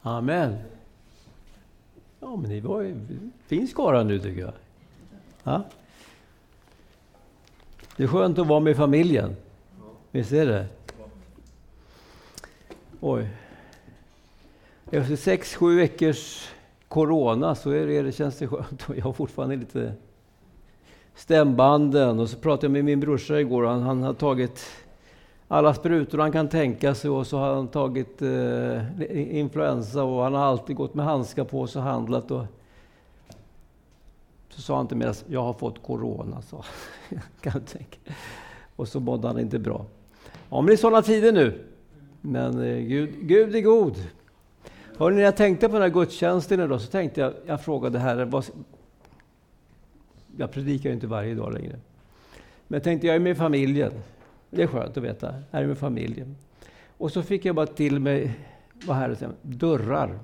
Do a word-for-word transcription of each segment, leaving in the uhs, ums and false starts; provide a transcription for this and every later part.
Amen. Ja, men det var ju fin skara nu tycker jag. Ja? Det är skönt att vara med familjen. Visst är det? Oj. Efter sex, sju veckors corona så är det, det känns det skönt. Jag har fortfarande lite stämbanden. Och så pratade jag med min brorsa igår. Han, han har tagit alla sprutor han kan tänka sig. Och så har han tagit eh, influensa. Och han har alltid gått med handskar på sig och handlat. Och så sa han till mig att jag har fått corona. Så. kan jag tänka. Och så mådde han inte bra. Ja, men det är sådana tider nu. Men eh, Gud, Gud är god. Hörrni, när jag tänkte på den här gudstjänsten idag så tänkte jag, jag frågade Herren, vad, jag predikar ju inte varje dag längre. Men jag tänkte, jag är med familjen. Det är skönt att veta, jag är med familjen. Och så fick jag bara till mig, vad Herren säger, dörrar.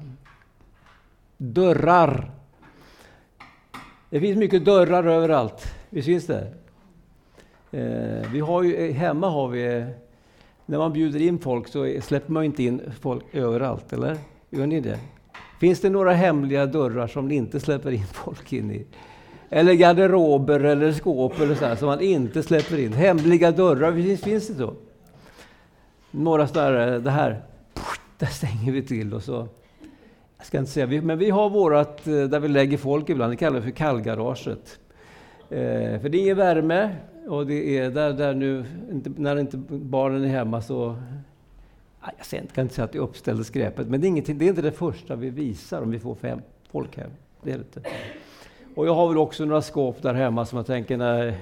Dörrar. Det finns mycket dörrar överallt, visst finns det? Eh, vi har ju, hemma har vi, när man bjuder in folk så släpper man inte in folk överallt, eller? Gör ni det? Finns det några hemliga dörrar som ni inte släpper in folk in i? Eller garderober eller skåp eller så här, som man inte släpper in. Hemliga dörrar, finns, finns det så? Några sådär, det här, där stänger vi till och så. Jag ska inte säga, men vi har vårat, där vi lägger folk ibland, det kallar vi för kallgaraget. Eh, för det är ingen värme och det är där, där nu, inte, när inte barnen är hemma så... Jag kan inte säga att det uppställde skräpet, men det är, ingenting, det är inte det första vi visar om vi får fem folk hem. Det är det inte. Och jag har väl också några skåp där hemma som jag tänker när...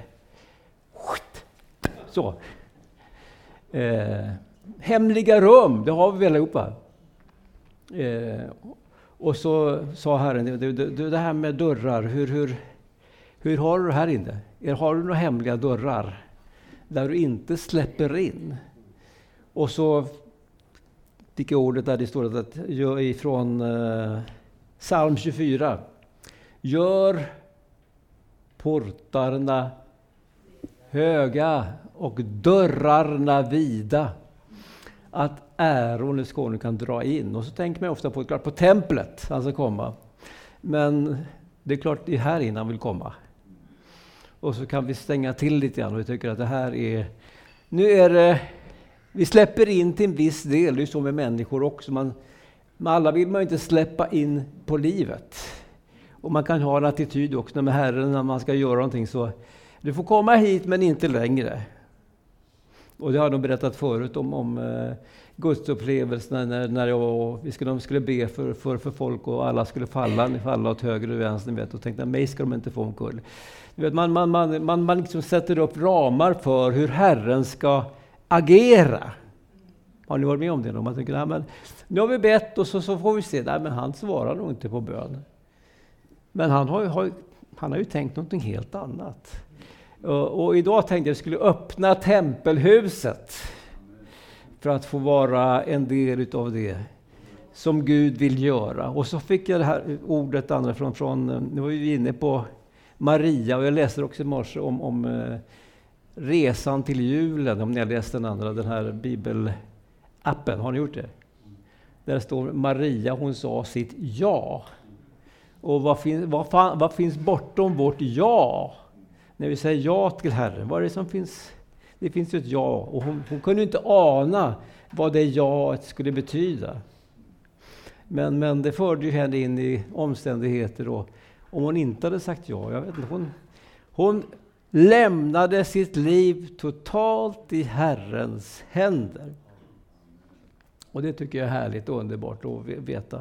Så. Eh, hemliga rum, det har vi väl allihopa. Eh, och så sa Herren, du, du, det här med dörrar, hur, hur, hur har du det här inne? Har du några hemliga dörrar där du inte släpper in? Och så... Vilka ordet där det står att gör ifrån eh, psalm tjugofyra. Gör portarna höga och dörrarna vida. Att äron i Skåne kan dra in. Och så tänker man ofta på, klart, på templet han ska komma. Men det är klart det är här innan han vill komma. Och så kan vi stänga till lite grann och vi tycker att det här är... Nu är det... Vi släpper in till en viss del, det är så med människor också. Man, med alla vill man inte släppa in på livet. Och man kan ha en attityd också med Herren när man ska göra någonting så. Du får komma hit men inte längre. Och det har de berättat förut om, om uh, gudsupplevelserna när, när jag och, vi skulle, de skulle be för, för, för folk och alla skulle falla, ni falla åt höger och vänster. Vet, och tänkte, mig ska de inte få omkull. Du vet, man, man, man, man, man liksom sätter upp ramar för hur Herren ska agera. Har ni varit med om det då? Man tänker, nej, men nu har vi bett och så, så får vi se. Nej, men han svarar nog inte på bön. Men han har ju, har, han har ju tänkt någonting helt annat. Och, och idag tänkte jag att jag skulle öppna tempelhuset för att få vara en del av det som Gud vill göra. Och så fick jag det här ordet andra från, från nu var vi inne på Maria och jag läste också i morse om, om resan till julen, om ni har läst den andra, den här bibelappen, har ni gjort det? Där står Maria, hon sa sitt ja. Och vad finns, vad, fan, vad finns bortom vårt ja? När vi säger ja till Herren, vad är det som finns? Det finns ju ett ja. Och hon, hon kunde inte ana vad det jaet skulle betyda. Men, men det förde ju henne in i omständigheter. Och om hon inte hade sagt ja, jag vet inte, hon... hon lämnade sitt liv totalt i Herrens händer. Och det tycker jag är härligt och underbart att veta.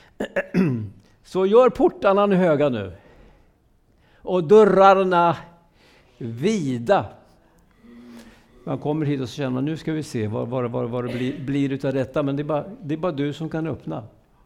Så gör portarna nu höga nu. Och dörrarna vida. Man kommer hit och känner, nu ska vi se vad, vad, vad, vad det blir, blir utav detta. Men det är, bara, det är bara du som kan öppna.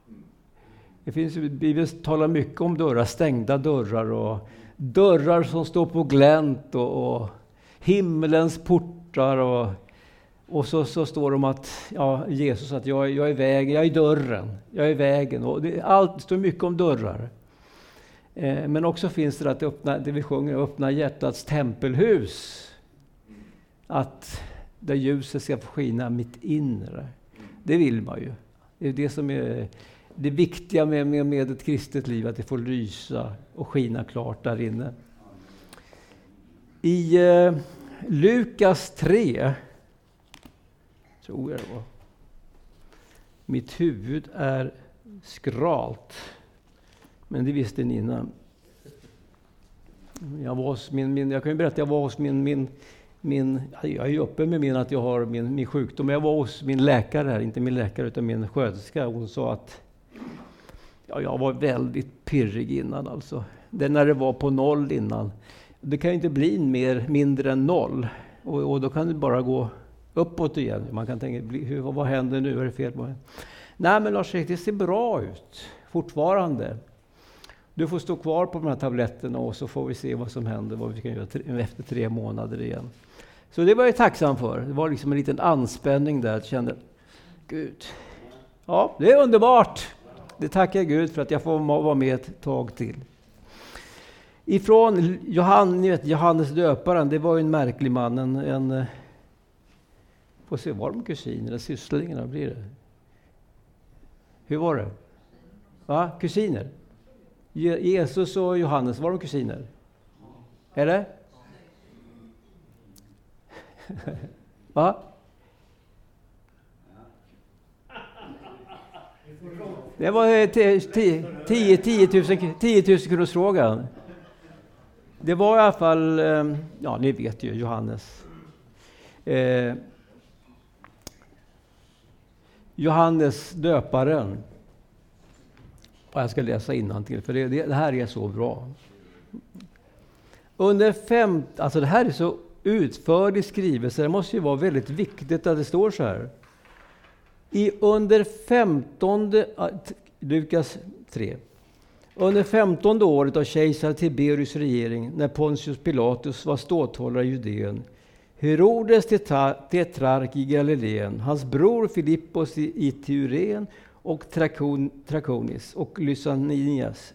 Det finns, Bibeln talar mycket om dörrar, stängda dörrar och dörrar som står på glänt och, och himmelens portar och, och så, så står det om att ja, Jesus att jag, jag är vägen, jag är dörren, jag är vägen och det, allt det står mycket om dörrar. Eh, men också finns det att öppna, det vi sjunger, öppna hjärtats tempelhus. Att där ljuset ska få skina mitt inre. Det vill man ju. Det är det som är det viktiga med, med, med ett kristet liv, att det får lysa och skina klart där inne. I eh, Lukas tre, tror jag det var. Mitt huvud är skralt, men det visste ni innan. Jag var hos min, min, jag kan ju berätta, jag var hos min, min, min jag är ju öppen med min att jag har min, min sjukdom. Jag var hos min läkare här, inte min läkare utan min sköterska. Hon sa att ja, jag var väldigt pirrig innan alltså. Det när det var på noll innan. Det kan ju inte bli mer, mindre än noll. Och, och då kan det bara gå uppåt igen. Man kan tänka, hur, vad händer nu? Är det fel på det? Nej men Lars-Erik, det ser bra ut fortfarande. Du får stå kvar på de här tabletterna och så får vi se vad som händer, vad vi kan göra efter tre månader igen. Så det var jag tacksam för. Det var liksom en liten anspänning där. Jag kände, Gud, ja det är underbart. Det tackar jag Gud för att jag får vara med ett tag till. Ifrån Johan, ni vet, Johannes döparen, det var ju en märklig man. En, en, får se, var de kusiner eller sysslingarna blir det? Hur var det? Va? Kusiner? Jesus och Johannes, var de kusiner? Är det? Va? Det var tio tusen kronors frågan. Det var i alla fall, ja ni vet ju, Johannes. Eh, Johannes döparen. Och jag ska läsa innantill, för det, det, det här är så bra. Under fem, alltså det här är så utförlig skrivelse, det måste ju vara väldigt viktigt att det står så här. I under femtonde, Lukas tre. Under femtonde året av kejsar Tiberius regering, när Pontius Pilatus var ståthållare i Judeen, Herodes tetrark i Galileen, hans bror Filippos i Ituren och Trakon, Trakonis och Lysanias,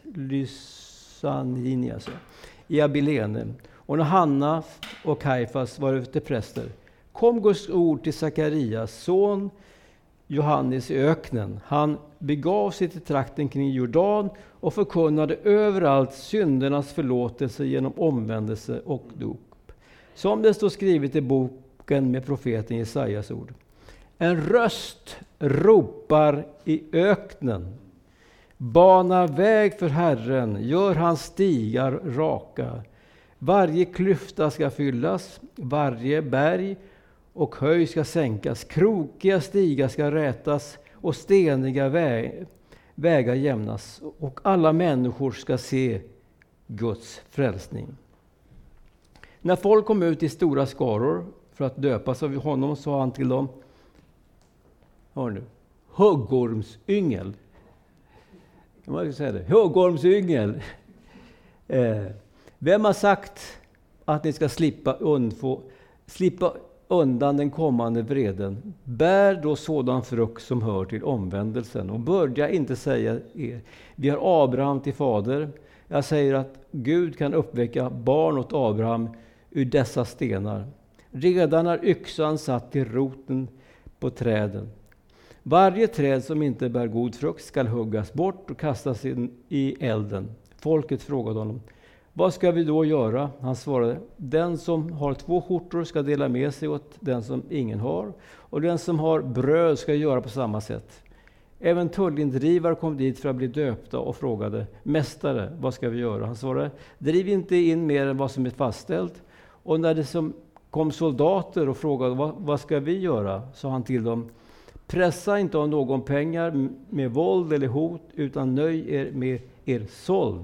Lysanias i Abilene. Och när Hanna och Kajfas var ute präster, kom Guds ord till Sakarias son Johannes i öknen. Han begav sig till trakten kring Jordan och förkunnade överallt syndernas förlåtelse genom omvändelse och dop. Som det står skrivet i boken med profeten Jesajas ord. En röst ropar i öknen. Bana väg för Herren, gör hans stigar raka. Varje klyfta ska fyllas, varje berg och höj ska sänkas. Krokiga stigar ska rätas och steniga vä- vägar jämnas. Och alla människor ska se Guds frälsning. När folk kom ut i stora skaror för att döpas av honom, sa han till dem: hör nu, huggormsyngel. Kan man säga det? Huggormsyngel. Eh, vem har sagt att ni ska slippa, undfå, slippa undan den kommande vreden? Bär då sådan frukt som hör till omvändelsen. Och börja inte säga er, vi har Abraham till fader. Jag säger att Gud kan uppväcka barn åt Abraham ur dessa stenar. Redan är yxan satt till roten på träden. Varje träd som inte bär god frukt skall huggas bort och kastas in i elden. Folket frågade honom: vad ska vi då göra? Han svarade: den som har två skjortor ska dela med sig åt den som ingen har, och den som har bröd ska göra på samma sätt. Även tullindrivare kom dit för att bli döpta och frågade: mästare, vad ska vi göra? Han svarade: driv inte in mer än vad som är fastställt. Och när det som kom soldater och frågade: vad, vad ska vi göra? Sa han till dem: pressa inte av någon pengar med våld eller hot, utan nöj er med er såld.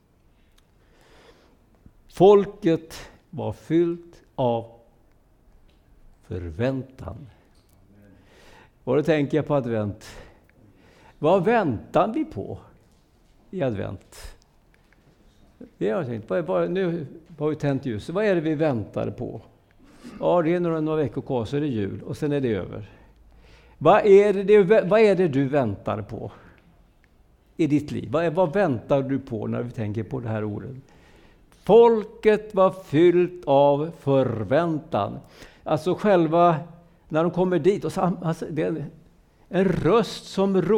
Folket var fyllt av förväntan. Och då tänker jag på advent. Vad väntar vi på i advent? Det har jag tänkt. Vad är, vad, nu har vi tänt ljus. Vad är det vi väntar på? Ja, det är några, några veckor kvar så är det jul och sen är det över. Vad är det, vad är det du väntar på i ditt liv? Vad, är, vad väntar du på när vi tänker på det här ordet? Folket var fyllt av förväntan. Alltså själva, när de kommer dit, och så, alltså, det är en röst som rop,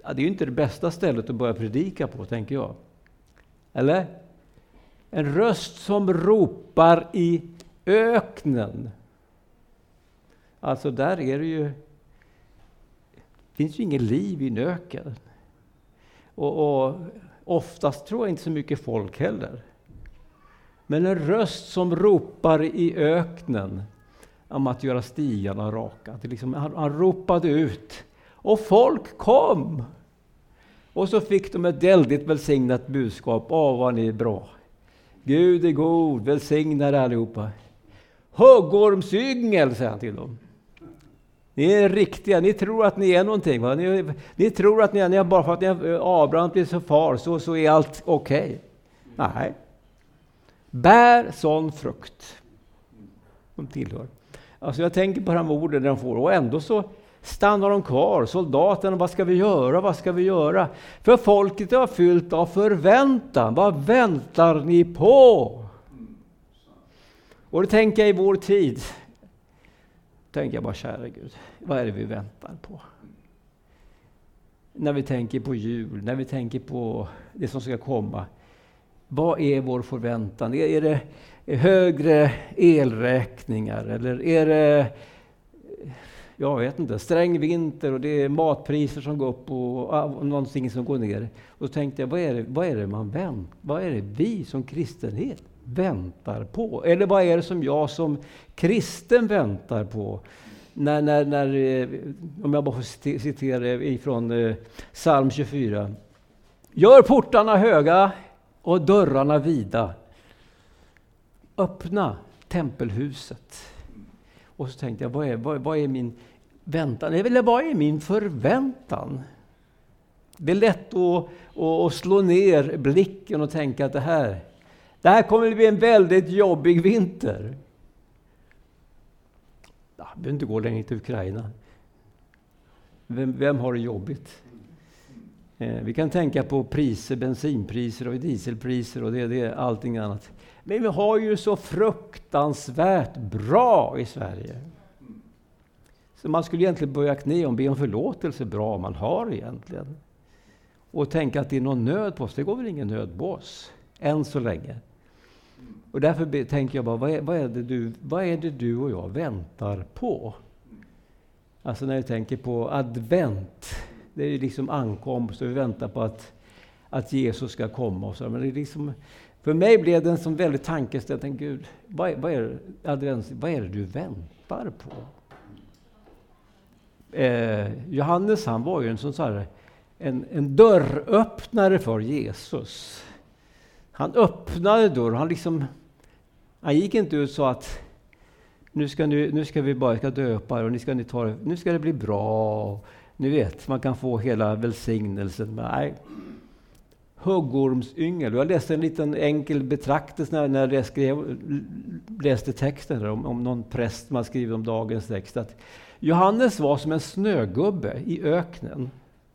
Ja, det är ju inte det bästa stället att börja predika på, tänker jag. Eller? En röst som ropar i öknen. Alltså där är det ju... Det finns ju ingen liv i en öken. Och, och oftast tror jag inte så mycket folk heller. Men en röst som ropar i öknen om att göra stigarna raka. Det liksom, han, han ropade ut. Och folk kom. Och så fick de ett väldigt välsignat budskap. Åh, vad ni är bra. Gud är god, välsignar allihopa. Huggormsyngel, säger han till dem. Ni är riktiga, ni tror att ni är någonting. Va? Ni, ni tror att ni är, ni är bara för att ni är, Abraham blir så far, så, så är allt okej. Okay. Nej. Bär sån frukt. De tillhör. Alltså jag tänker på de orden de får. Och ändå så stannar de kvar. Soldaterna, vad ska vi göra? Vad ska vi göra? För folket är fyllt av förväntan. Vad väntar ni på? Och det tänker jag i vår tid. Tänker jag bara, kära Gud, vad är det vi väntar på? När vi tänker på jul, när vi tänker på det som ska komma. Vad är vår förväntan? Är det högre elräkningar? Eller är det, jag vet inte, sträng vinter och det är matpriser som går upp och, och någonting som går ner? Och då tänkte jag, vad är det, vad är det man väntar? Vad är det vi som kristenhet väntar på? Eller vad är det som jag som kristen väntar på? När, när, när, om jag bara får citera ifrån eh, psalm tjugofyra. Gör portarna höga och dörrarna vida. Öppna tempelhuset. Och så tänkte jag, vad är, vad, vad är min väntan? Eller vad är min förväntan? Det är lätt att, att slå ner blicken och tänka att det här, det här kommer att bli en väldigt jobbig vinter. Jag behöver inte gå längre till Ukraina. Vem, vem har det jobbigt? Eh, vi kan tänka på priser, bensinpriser och dieselpriser och det, det är allting annat. Men vi har ju så fruktansvärt bra i Sverige. Så man skulle egentligen börja knä och be om förlåtelse bra man har egentligen. Och tänka att det är någon nöd på oss. Det går väl ingen nöd på oss. Än så länge. Och därför tänker jag bara, vad är, vad, är det du, vad är det du och jag väntar på? Alltså när jag tänker på advent. Det är ju liksom ankomst och vi väntar på att, att Jesus ska komma. Och så. Men det är liksom, för mig blev det en sån väldigt tankestöd. Jag tänkte, Gud, vad är, vad, är, advent, vad är det du väntar på? Eh, Johannes, han var ju en sån så här, en, en dörröppnare för Jesus. Han öppnade dörren. Han liksom, han gick inte ut så att nu ska, nu, nu ska vi bara ska döpa och ni ska ni ta, nu ska det bli bra. Ni vet, man kan få hela välsignelsen. Men nej. Huggormsyngel. Jag läste en liten enkel betraktelse när, när jag skrev, läste texten där, om, om någon präst man skriver om dagens text. Att Johannes var som en snögubbe i öknen.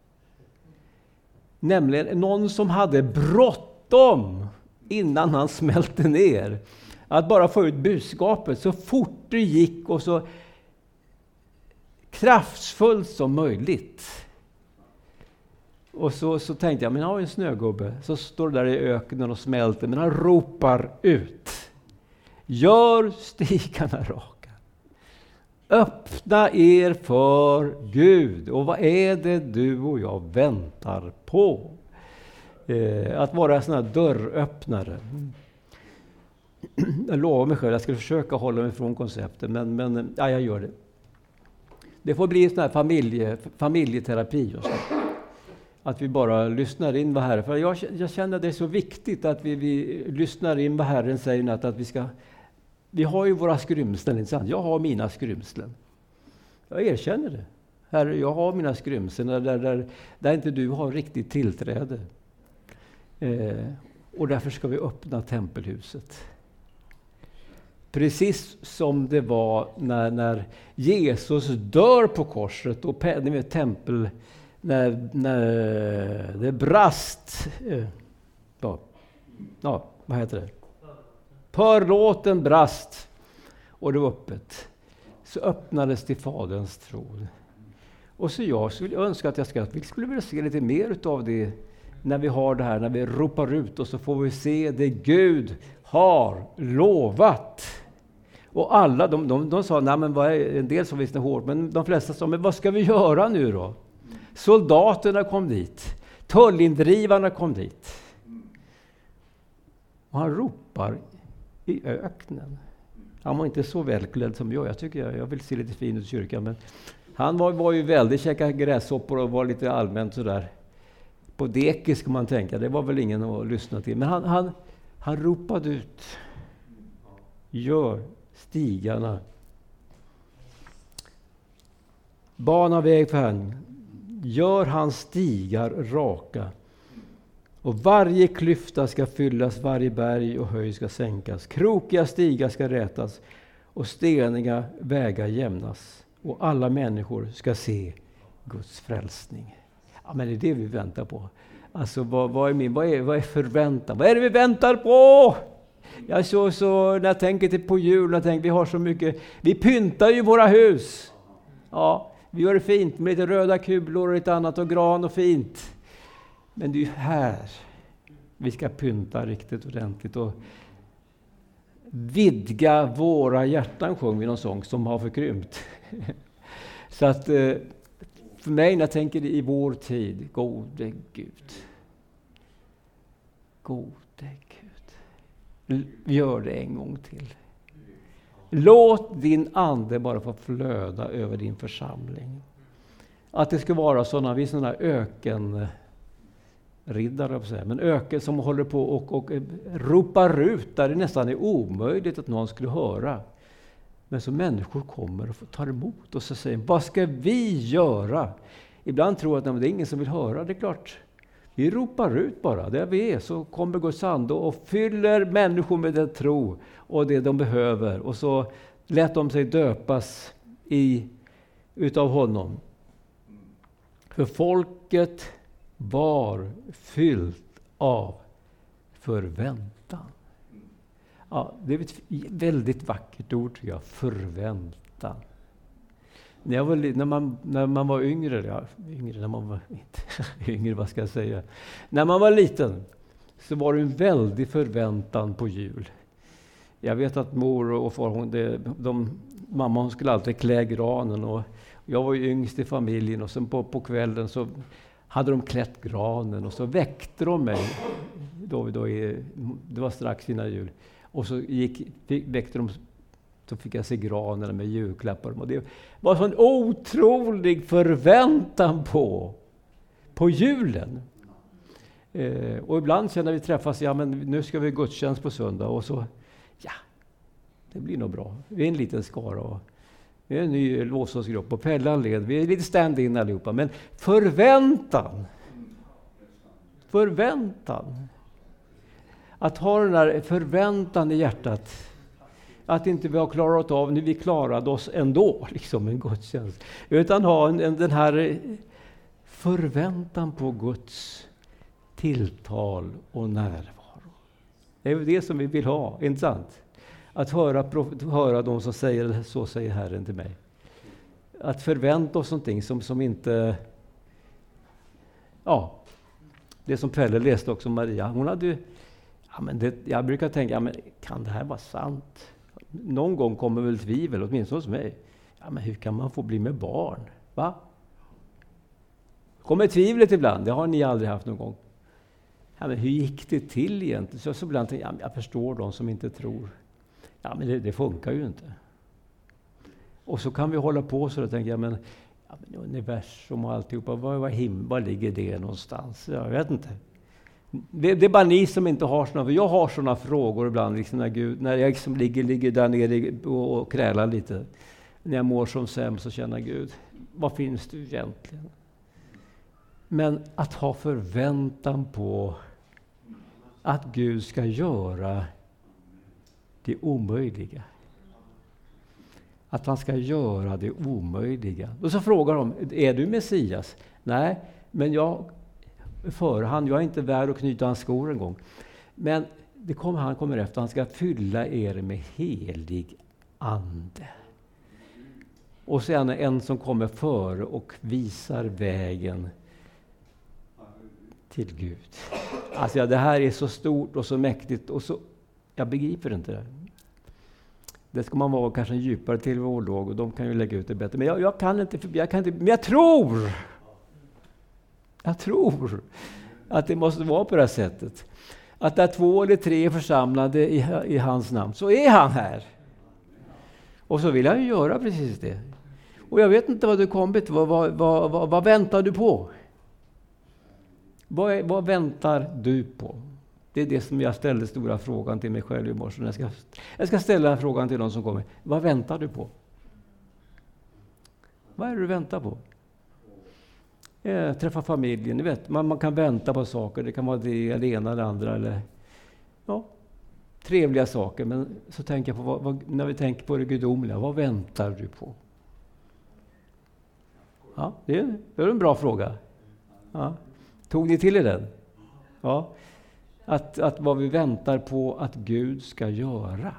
Nämligen någon som hade bråttom innan han smälte ner. Att bara få ut budskapet så fort det gick och så kraftfullt som möjligt. Och så, så tänkte jag, men jag har en snögubbe. Så står där i öknen och smälter, men han ropar ut. Gör stigarna raka. Öppna er för Gud. Och vad är det du och jag väntar på? Eh, att vara sån här dörröppnare. Jag lovar mig själv, jag ska försöka hålla mig från konceptet, men, men ja, jag gör det. Det får bli sån här familje, familjeterapi och så. Att vi bara lyssnar in vad Herren, för jag, jag känner att det är så viktigt att vi, vi lyssnar in vad Herren säger, att, att vi ska, vi har ju våra skrymslen, inte sant? Jag har mina skrymslen. Jag erkänner det. Herre, jag har mina skrymslen där, där, där, där inte du har riktigt tillträde. Eh, och därför ska vi öppna tempelhuset. Precis som det var när, när Jesus dör på korset och ni vet, tempel, när, när det brast, eh, ja, ja, vad heter det? Förlåten brast och det var öppet. Så öppnades till Faderns tron. Och så jag skulle önska att jag ska, vi skulle vilja se lite mer av det när vi har det här, när vi ropar ut och så får vi se det Gud har lovat. Och alla, de, de, de sa, nej men vad är, en del som visste hårt, men de flesta sa, men vad ska vi göra nu då? Soldaterna kom dit, tullindrivarna kom dit. Och han ropar i öknen. Han var inte så välklädd som jag, jag tycker jag, jag vill se lite fin ut i kyrkan, men han var, var ju väldigt käka gräshoppor och var lite allmänt sådär. På dekis kan man tänka, det var väl ingen att lyssna till. Men han, han, han ropade ut. Gör stigarna. Bana väg för Herren. Gör hans stigar raka. Och varje klyfta ska fyllas, varje berg och höjd ska sänkas. Krokiga stigar ska rätas och steniga vägar jämnas. Och alla människor ska se Guds frälsning. Ja, men det är det vi väntar på. Alltså vad, vad är min, vad är, vad är förväntan? Vad är det vi väntar på? Jag så, så när jag tänker till på jul, jag tänker vi har så mycket, vi pyntar ju våra hus. Ja, vi gör det fint med lite röda kulor och lite annat och gran och fint. Men det är ju här vi ska pynta riktigt ordentligt och vidga våra hjärtan, sjunger vi någon sång som har förkrympt. Så att för mig när jag tänker i vår tid, gode Gud. Gode Gud. Gör det en gång till. Låt din ande bara få flöda över din församling. Att det ska vara sådana, vi sådana öken riddare, men öken som håller på och, och ropar ut där det nästan är omöjligt att någon skulle höra. Men så människor kommer och tar emot och så säger, vad ska vi göra? Ibland tror jag att nej, det är ingen som vill höra, det är klart. Vi ropar ut bara, där vi är så kommer Guds ande och fyller människor med den tro och det de behöver. Och så lät de sig döpas i, utav honom. För folket var fyllt av förväntan. Ja, det är ett väldigt vackert ord tycker jag, förväntan. När, jag var, när, man, när man var yngre, ja, yngre, när man var inte yngre, vad ska jag säga? När man var liten så var det en väldig förväntan på jul. Jag vet att mor och far, hon, det, de, mamma hon skulle alltid klä granen och jag var ju yngst i familjen och sen på, på kvällen så hade de klätt granen och så väckte de mig. Då, då, det var strax innan jul. Och så gick, väckte de, så fick jag se granen med julklappar. Och det var en sån otrolig förväntan på, på julen. Eh, och ibland sen när vi träffas, ja men nu ska vi gudstjänst på söndag. Och så, ja, det blir nog bra. Vi är en liten skara och vi är en ny lovsångsgrupp och Pellan led. Vi är lite stand-in allihopa. Men förväntan. Förväntan. Att ha den där förväntan i hjärtat. Att inte vi har klarat av, nu vi klarade oss ändå, liksom en gudstjänst. Utan ha en, en, den här förväntan på Guds tilltal och närvaro. Det är det som vi vill ha, inte sant? Att höra, höra de som säger, så säger Herren till mig. Att förvänta oss någonting som, som inte... Ja, det som Pelle läste också, Maria. Hon hade ju... Ja, men det, jag brukar tänka, ja, men kan det här vara sant? Någon gång kommer väl tvivel, åtminstone hos mig. Ja, men hur kan man få bli med barn? Va? Kommer tvivlet ibland? Det har ni aldrig haft någon gång. Ja, men hur gick det till egentligen? Så, så ibland tänker jag, ja, jag förstår de som inte tror. Ja, men det, det funkar ju inte. Och så kan vi hålla på så och tänka, ja, men, ja, men universum och alltihopa, var, var, him, var ligger det någonstans? Jag vet inte. Det, det är bara ni som inte har sådana, för jag har sådana frågor ibland, liksom när, Gud, när jag liksom ligger, ligger där nere och, och krälar lite. När jag mår som sämst så känner Gud, vad finns du egentligen? Men att ha förväntan på att Gud ska göra det omöjliga. Att han ska göra det omöjliga. Och så frågar de, är du Messias? Nej, men jag för han, jag är inte värd att knyta hans skor en gång. Men det kommer, han kommer efter, han ska fylla er med helig ande. Och sen en som kommer före och visar vägen till Gud. Alltså ja, det här är så stort och så mäktigt och så, jag begriper inte det. Det ska man vara kanske en djupare teolog och de kan ju lägga ut det bättre. Men jag, jag kan inte, jag kan inte, men jag tror, jag tror att det måste vara på det här sättet. Att där två eller tre är församlade i, i hans namn, så är han här. Och så vill han ju göra precis det. Och jag vet inte vad du kommit, vad, vad, vad, vad, vad väntar du på? Vad, är, vad väntar du på? Det är det som jag ställde stora frågan till mig själv i morse. Jag ska, jag ska ställa frågan till de som kommer. Vad väntar du på? Vad är det du väntar på? Eh, träffa familjen, ni vet. Man, man kan vänta på saker. Det kan vara det, det ena eller andra. Eller, ja, trevliga saker. Men så tänker jag på, vad, vad, när vi tänker på det gudomliga, vad väntar du på? Ja, det är, det är en bra fråga. Ja. Tog ni till er den? Ja. Att, att vad vi väntar på att Gud ska göra.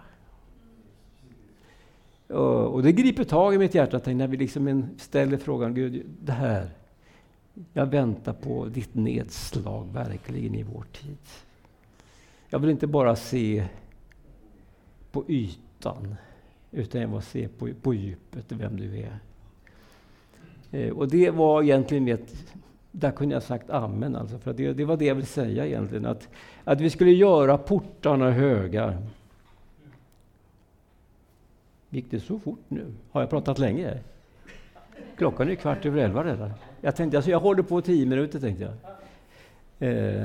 Och, och det griper tag i mitt hjärta när vi liksom ställer frågan, Gud, det här, jag väntar på ditt nedslag verkligen i vår tid. Jag vill inte bara se på ytan, utan jag vill se på, på djupet, vem du är. Eh, och det var egentligen ett... Där kunde jag sagt amen, alltså, för att det, det var det jag ville säga egentligen. Att, att vi skulle göra portarna höga. Gick det så fort nu? Har jag pratat länge? Klockan är kvart över elva redan. Jag tänkte, alltså jag håller på tio minuter tänkte jag. Eh.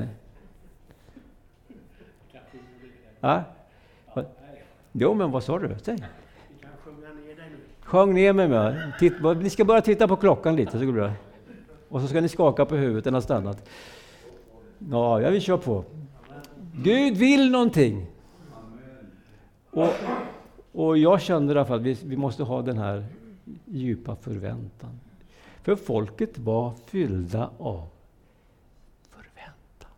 Ja? Jo, men vad sa du? Säg. Sjung ner mig med. Titt, ni ska bara titta på klockan lite så går det bra. Och så ska ni skaka på huvudet, den har stannat. Ja, jag vill köra på. Gud vill någonting. Och, och jag kände i alla fall att vi, vi måste ha den här djupa förväntan. För folket var fyllda av förväntan.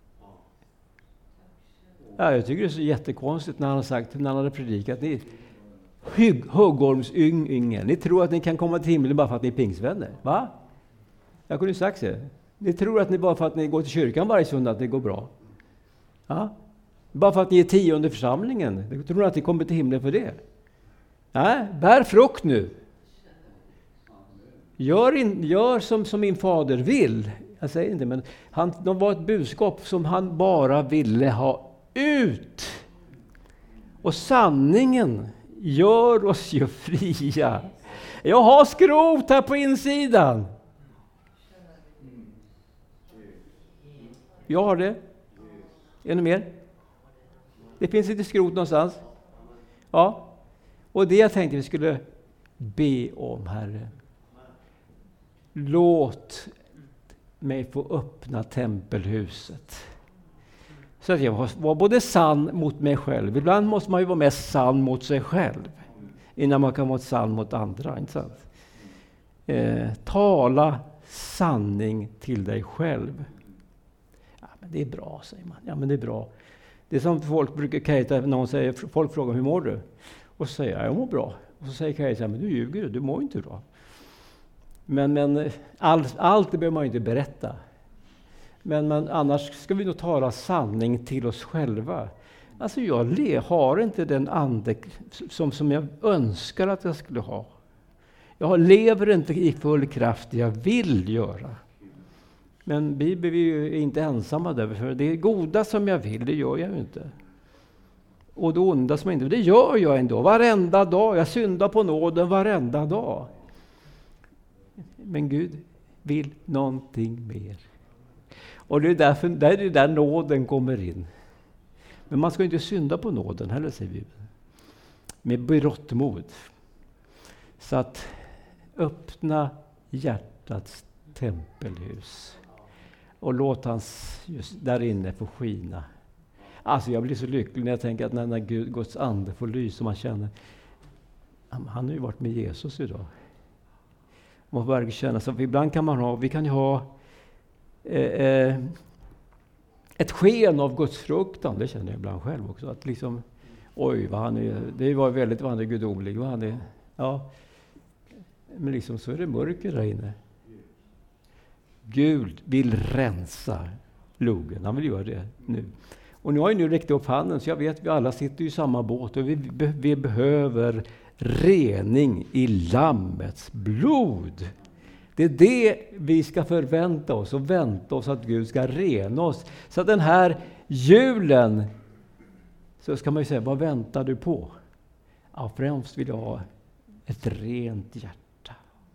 Ja, jag tycker det är så jättekonstigt när han har sagt, när han hade predikat, ni Högholmsyngel, ni tror att ni kan komma till himlen bara för att ni är pingsvänner. Va? Jag kunde sagt det. Ni tror att ni bara för att ni går till kyrkan varje söndag att det går bra. Ja? Bara för att ni är tionde församlingen. Ni tror att ni kommer till himlen för det. Nej, bär frukt nu. Gör, in, gör som, som min fader vill. Jag säger inte, men han, det var ett budskap som han bara ville ha ut. Och sanningen gör oss ju fria. Jag har skrot här på insidan. Jag har det. Ännu mer? Det finns lite skrot någonstans. Ja. Och det jag tänkte vi skulle be om, Herre. Låt mig få öppna tempelhuset. Så att jag var både sann mot mig själv. Ibland måste man ju vara mest sann mot sig själv. Innan man kan vara sann mot andra. Inte sant? Eh, tala sanning till dig själv. Det är bra, säger man. Ja, men det är bra. Det är som folk brukar kajta när någon säger, folk frågar hur mår du? Och så säger jag, jag mår bra. Och så säger Kajsa, men du ljuger, du mår inte bra. Men, men allt, allt det behöver man ju inte berätta. Men, men annars ska vi nog tala sanning till oss själva. Alltså jag le, har inte den ande som, som jag önskar att jag skulle ha. Jag lever inte i full kraft det jag vill göra. Men vi är ju inte ensamma där, för det goda som jag vill, det gör jag ju inte. Och det onda som jag inte vill, det gör jag ändå. Varenda dag, jag syndar på nåden varenda dag. Men Gud vill någonting mer. Och det är därför där är det där nåden kommer in. Men man ska inte synda på nåden heller, säger vi. Med beråttmod. Så att öppna hjärtats tempelhus. Och låt hans just där inne få skina. Alltså jag blir så lycklig när jag tänker att när, när Gud, Guds ande får lysa och man känner han har ju varit med Jesus idag. Man får verkligen känna så. Ibland kan man ha, vi kan ju ha eh, ett sken av Guds fruktan. Det känner jag ibland själv också. Att liksom, oj vad han är, det var väldigt vad han är gudomlig. Vad han är, ja. Men liksom så är det mörker där inne. Gud vill rensa logen. Han vill göra det nu. Och nu har jag nu räckt upp handen, så jag vet att vi alla sitter i samma båt. Och vi, be- vi behöver rening i Lammets blod. Det är det vi ska förvänta oss och vänta oss att Gud ska rena oss. Så att den här julen, så ska man ju säga, vad väntar du på? Ja, främst vill jag ha ett rent hjärta.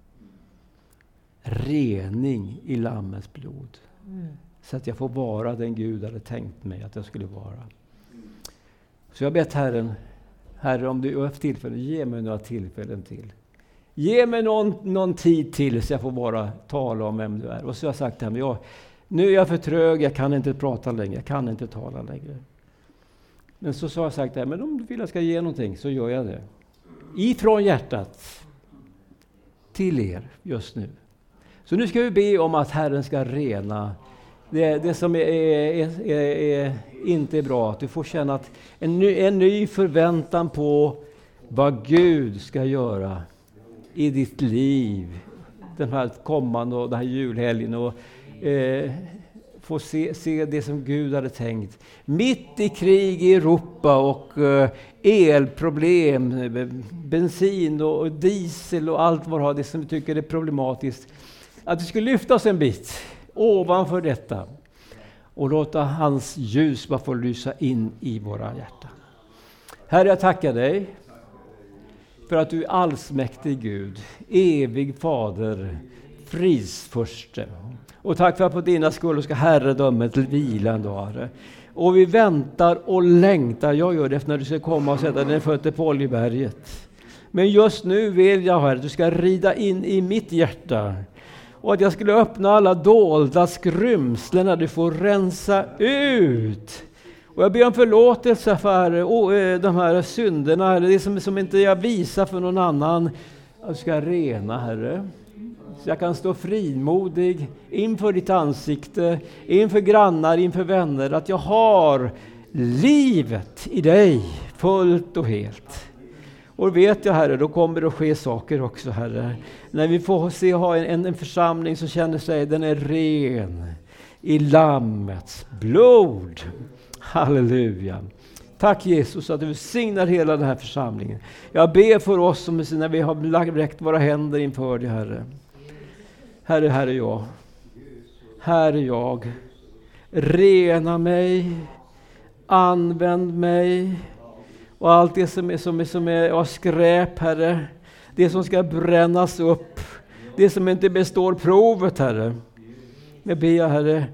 Rening i Lammets blod. Så att jag får vara den Gud hade tänkt mig att jag skulle vara. Så jag har bett Herren, Herre, om du har haft tillfällen, ge mig några tillfällen till. Ge mig någon, någon tid till så jag får bara tala om vem du är. Och så har jag sagt till honom, jag, nu är jag för trög, jag kan inte prata längre, jag kan inte tala längre. Men så, så har jag sagt, men om du vill jag ska ge någonting så gör jag det. Ifrån hjärtat till er just nu. Så nu ska vi be om att Herren ska rena det, det som är, är, är, är, inte är bra. Att du får känna att en ny, en ny förväntan på vad Gud ska göra i ditt liv. Den här kommande och den här julhelgen. Och eh, få se, se det som Gud hade tänkt. Mitt i krig i Europa och eh, elproblem, bensin och diesel och allt vad det har, det som vi tycker är problematiskt. Att vi skulle lyfta oss en bit ovanför detta och låta hans ljus bara få lysa in i våra hjärtan. Herre, jag tackar dig för att du är allsmäktig Gud, evig fader, fridsförste. Och tack för att på dina skull ska herredömet vila en dag, Herre. Och vi väntar och längtar, jag gör det efter när du ska komma och sätta dina fötter på Oljeberget. Men just nu vill jag, Herre, att du ska rida in i mitt hjärta. Och att jag skulle öppna alla dolda skrymslen när du får rensa ut. Och jag ber om förlåtelse för de här synderna, eller det som, som inte jag visar för någon annan. Jag ska rena, Herre. Så jag kan stå frimodig inför ditt ansikte, inför grannar, inför vänner. Att jag har livet i dig fullt och helt. Och vet jag, Herre, då kommer det att ske saker också, Herre. När vi får se ha en, en församling som känner sig, den är ren i Lammets blod. Halleluja. Tack Jesus att du signar hela den här församlingen. Jag ber för oss som när vi har räckt våra händer inför dig, Herre. Herre, här är jag. Här är jag. Rena mig. Använd mig. Och allt det som är, som är, som är av skräp, Herre. Det som ska brännas upp. Det som inte består provet, Herre. Jag ber, Herre,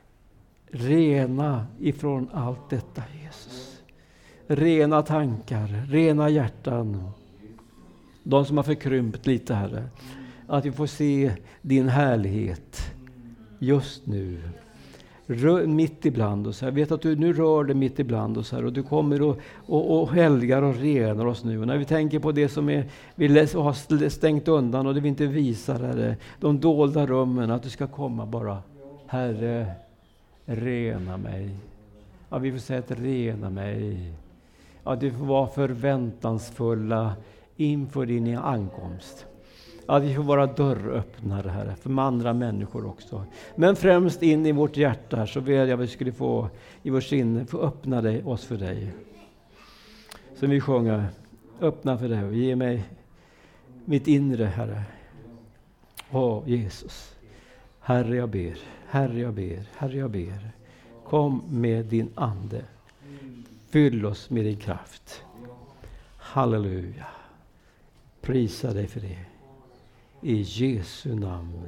rena ifrån allt detta, Jesus. Rena tankar, rena hjärtan. De som har förkrympt lite, Herre. Att vi får se din härlighet just nu. Rör, mitt ibland oss. Jag vet att du nu rör dig mitt ibland oss här. Och du kommer och, och, och helgar och renar oss nu. Och när vi tänker på det som är, vi har stängt undan och det vi inte visar, Herre. De dolda rummen. Att du ska komma bara. Herre, rena mig. Ja, vi får säga att rena mig. Ja, du får vara förväntansfulla inför din ankomst. Att vi får vara dörröppnare, Herre, för andra människor också. Men främst in i vårt hjärta, så vill jag att vi skulle få i vårt sinne få öppna dig, oss för dig. Så vi sjunger, öppna för dig och ge mig mitt inre, Herre. Åh, Jesus. Herre, jag ber, Herre, jag ber, Herre, jag ber. Kom med din ande. Fyll oss med din kraft. Halleluja. Prisa dig för det. I Jesu namn.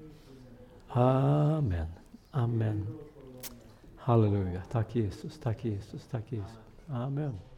Amen. Amen. Halleluja. Tack Jesus, tack Jesus, tack Jesus. Amen.